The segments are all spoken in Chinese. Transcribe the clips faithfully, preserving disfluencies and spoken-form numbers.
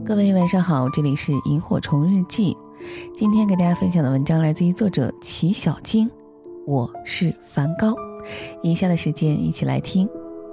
各位晚上好，这里是萤火虫日记。今天给大家分享的文章来自于作者齐小晶，我是梵高。以下的时间一起来听。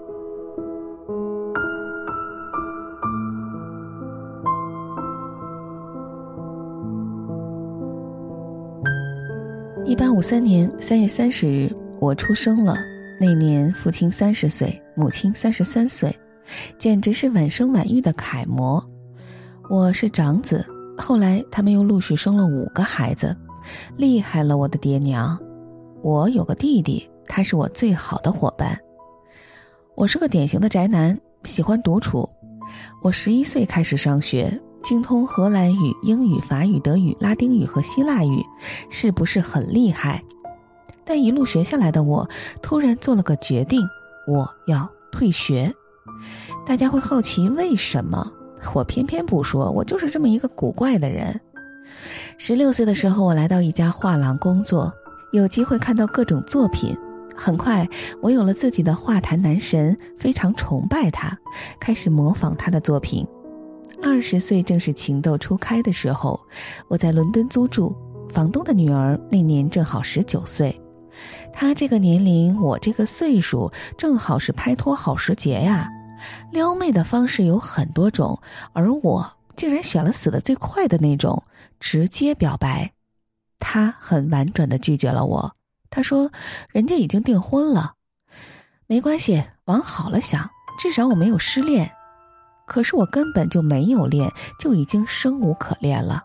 一八五三年三月三十日，我出生了。那年父亲三十岁，母亲三十三岁，简直是晚生晚育的楷模。我是长子，后来他们又陆续生了五个孩子，厉害了我的爹娘。我有个弟弟，他是我最好的伙伴。我是个典型的宅男，喜欢独处。我十一岁开始上学，精通荷兰语、英语、法语、德语、拉丁语和希腊语，是不是很厉害？但一路学下来的我，突然做了个决定，我要退学。大家会好奇为什么？我偏偏不说，我就是这么一个古怪的人。十六岁的时候，我来到一家画廊工作，有机会看到各种作品。很快，我有了自己的画坛男神，非常崇拜他，开始模仿他的作品。二十岁正是情窦初开的时候，我在伦敦租住，房东的女儿那年正好十九岁。她这个年龄，我这个岁数，正好是拍拖好时节呀。撩妹的方式有很多种，而我竟然选了死得最快的那种，直接表白。他很婉转地拒绝了我，他说人家已经订婚了。没关系，往好了想，至少我没有失恋。可是我根本就没有恋，就已经生无可恋了。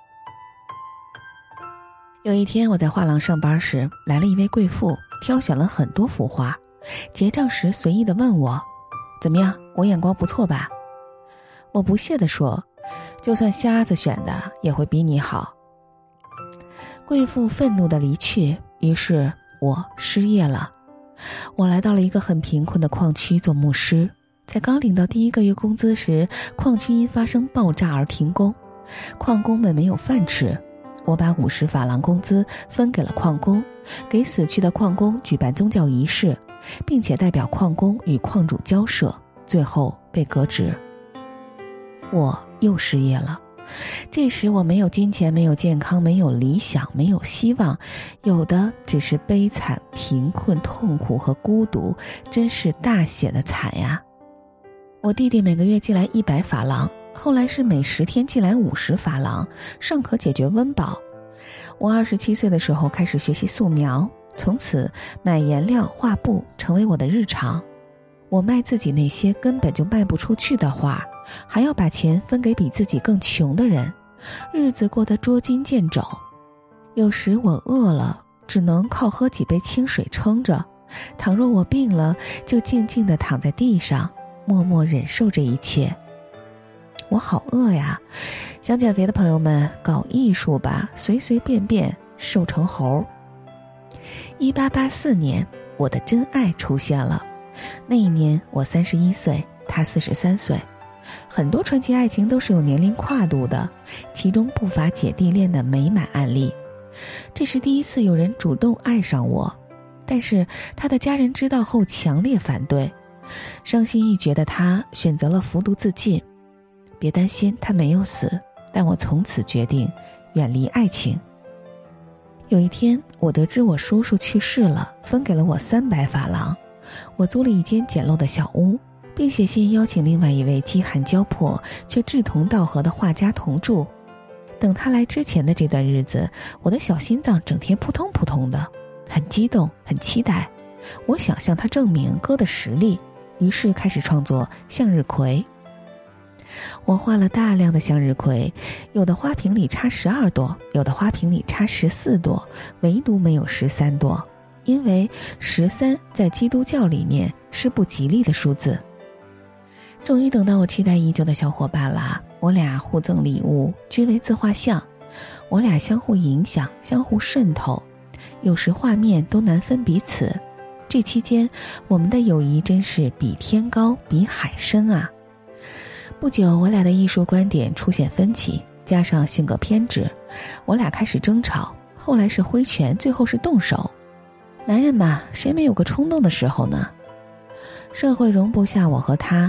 有一天我在画廊上班时，来了一位贵妇，挑选了很多幅画，结账时随意地问我，怎么样，我眼光不错吧？我不屑地说，就算瞎子选的也会比你好。贵妇愤怒地离去，于是我失业了。我来到了一个很贫困的矿区做牧师，在刚领到第一个月工资时，矿区因发生爆炸而停工，矿工们没有饭吃。我把五十法郎工资分给了矿工，给死去的矿工举办宗教仪式，并且代表矿工与矿主交涉，最后被革职。我又失业了。这时我没有金钱，没有健康，没有理想，没有希望，有的只是悲惨、贫困、痛苦和孤独，真是大写的惨呀。我弟弟每个月寄来一百法郎，后来是每十天寄来五十法郎，尚可解决温饱。我二十七岁的时候开始学习素描，从此买颜料、画布成为我的日常。我卖自己那些根本就卖不出去的画，还要把钱分给比自己更穷的人，日子过得捉襟见肘。有时我饿了，只能靠喝几杯清水撑着，倘若我病了，就静静地躺在地上，默默忍受这一切。我好饿呀，想减肥的朋友们，搞艺术吧，随随便便瘦成猴。一八八四年，我的真爱出现了。那一年我三十一岁，他四十三岁。很多传奇爱情都是有年龄跨度的，其中不乏姐弟恋的美满案例。这是第一次有人主动爱上我，但是他的家人知道后强烈反对。伤心欲绝的他选择了服毒自尽。别担心，他没有死，但我从此决定远离爱情。有一天，我得知我叔叔去世了，分给了我三百法郎。我租了一间简陋的小屋，并写信邀请另外一位饥寒交迫却志同道合的画家同住。等他来之前的这段日子，我的小心脏整天扑通扑通的，很激动，很期待。我想向他证明歌的实力，于是开始创作向日葵。我画了大量的向日葵，有的花瓶里插十二朵，有的花瓶里插十四朵，唯独没有十三朵，因为十三在基督教里面是不吉利的数字。终于等到我期待已久的小伙伴啦，我俩互赠礼物，均为自画像。我俩相互影响，相互渗透，有时画面都难分彼此。这期间，我们的友谊真是比天高，比海深啊。不久，我俩的艺术观点出现分歧，加上性格偏执，我俩开始争吵，后来是挥拳，最后是动手。男人嘛，谁没有个冲动的时候呢？社会容不下我和他，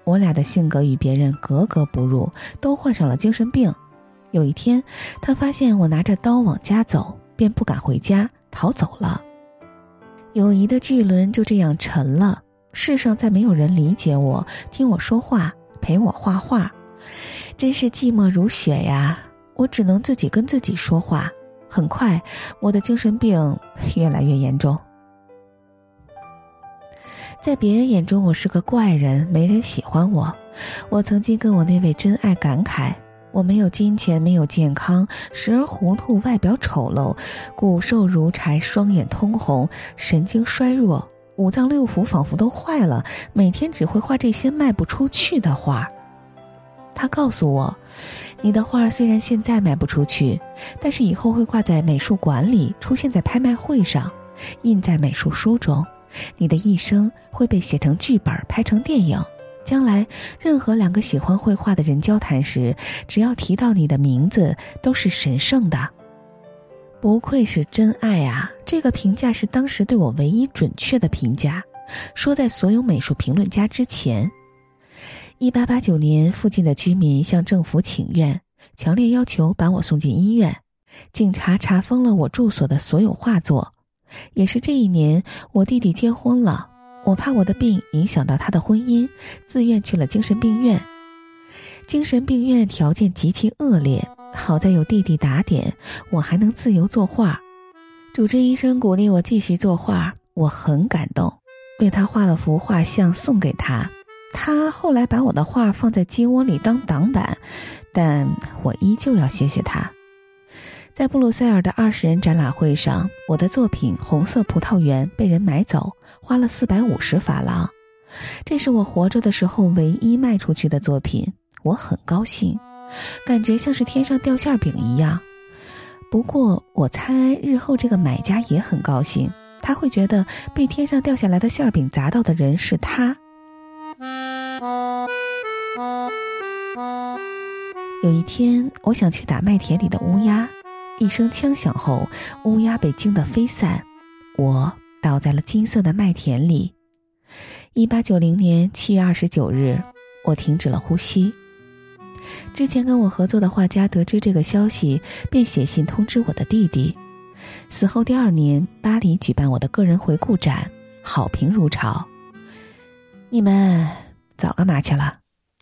我俩的性格与别人格格不入，都患上了精神病。有一天，他发现我拿着刀往家走，便不敢回家，逃走了。友谊的巨轮就这样沉了，世上再没有人理解我，听我说话，陪我画画，真是寂寞如雪呀！我只能自己跟自己说话。很快，我的精神病越来越严重。在别人眼中，我是个怪人，没人喜欢我。我曾经跟我那位真爱感慨，我没有金钱，没有健康，时而糊涂，外表丑陋，骨瘦如柴，双眼通红，神经衰弱，五脏六腑仿佛都坏了，每天只会画这些卖不出去的画。他告诉我，你的画虽然现在卖不出去，但是以后会挂在美术馆里，出现在拍卖会上，印在美术书中，你的一生会被写成剧本，拍成电影。将来任何两个喜欢绘画的人交谈时，只要提到你的名字，都是神圣的。不愧是真爱啊，这个评价是当时对我唯一准确的评价，说在所有美术评论家之前。一八八九年，附近的居民向政府请愿，强烈要求把我送进医院。警察查封了我住所的所有画作。也是这一年，我弟弟结婚了，我怕我的病影响到他的婚姻，自愿去了精神病院。精神病院条件极其恶劣，好在有弟弟打点，我还能自由作画。主治医生鼓励我继续作画，我很感动，为他画了幅画像送给他。他后来把我的画放在鸡窝里当挡板，但我依旧要谢谢他。在布鲁塞尔的二十人展览会上，我的作品《红色葡萄园》被人买走，花了四百五十法郎。这是我活着的时候唯一卖出去的作品，我很高兴，感觉像是天上掉馅饼一样。不过我猜日后这个买家也很高兴，他会觉得被天上掉下来的馅饼砸到的人是他。有一天，我想去打麦田里的乌鸦，一声枪响后，乌鸦被惊得飞散，我倒在了金色的麦田里。一八九零年七月二十九日，我停止了呼吸。之前跟我合作的画家得知这个消息，便写信通知我的弟弟。死后第二年，巴黎举办我的个人回顾展，好评如潮。你们早干嘛去了？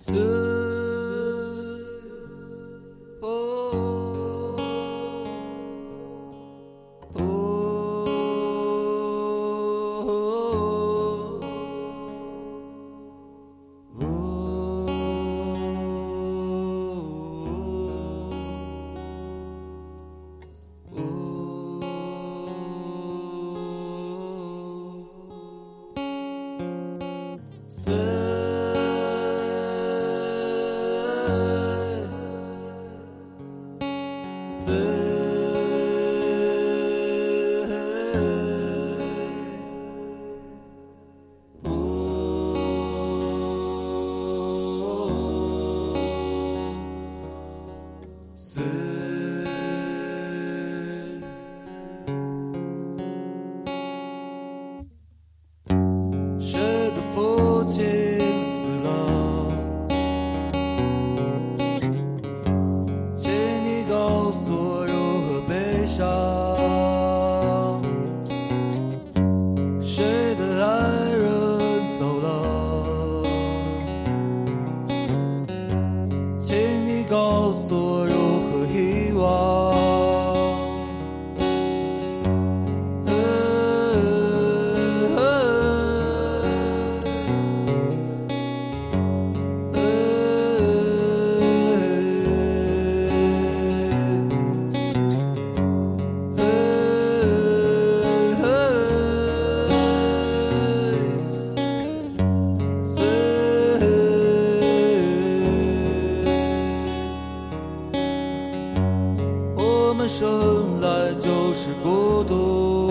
生来就是孤独，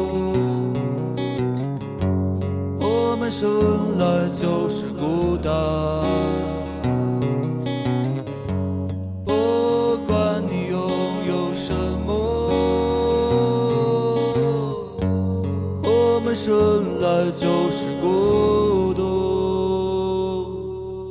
我们生来就是孤单，不管你拥有什么，我们生来就是孤独。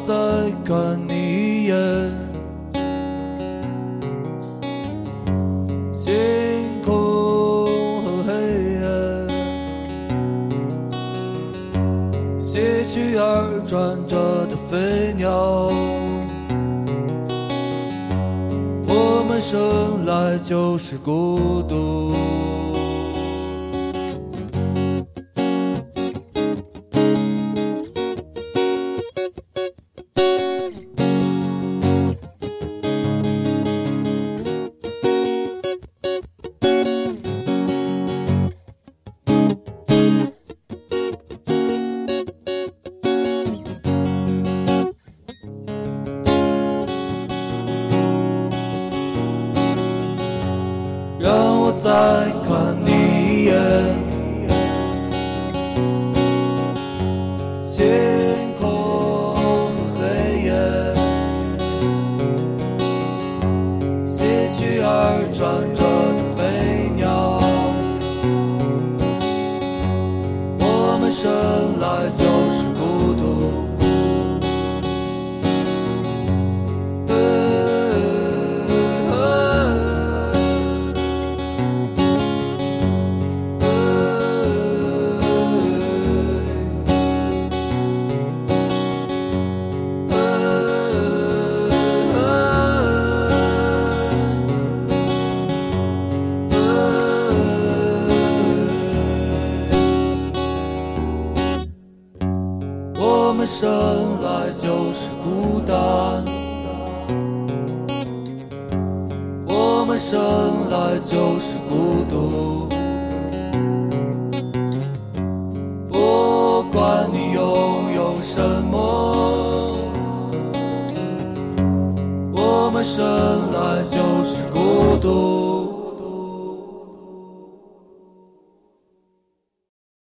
再看你一眼，星空和黑夜，希冀而转着的飞鸟，我们生来就是孤独。让我再看你一眼，星空和黑夜，希冀而转着的飞鸟，我们生来就是孤独。我们生来就是孤单，我们生来就是孤独。不管你拥有什么，我们生来就是孤独。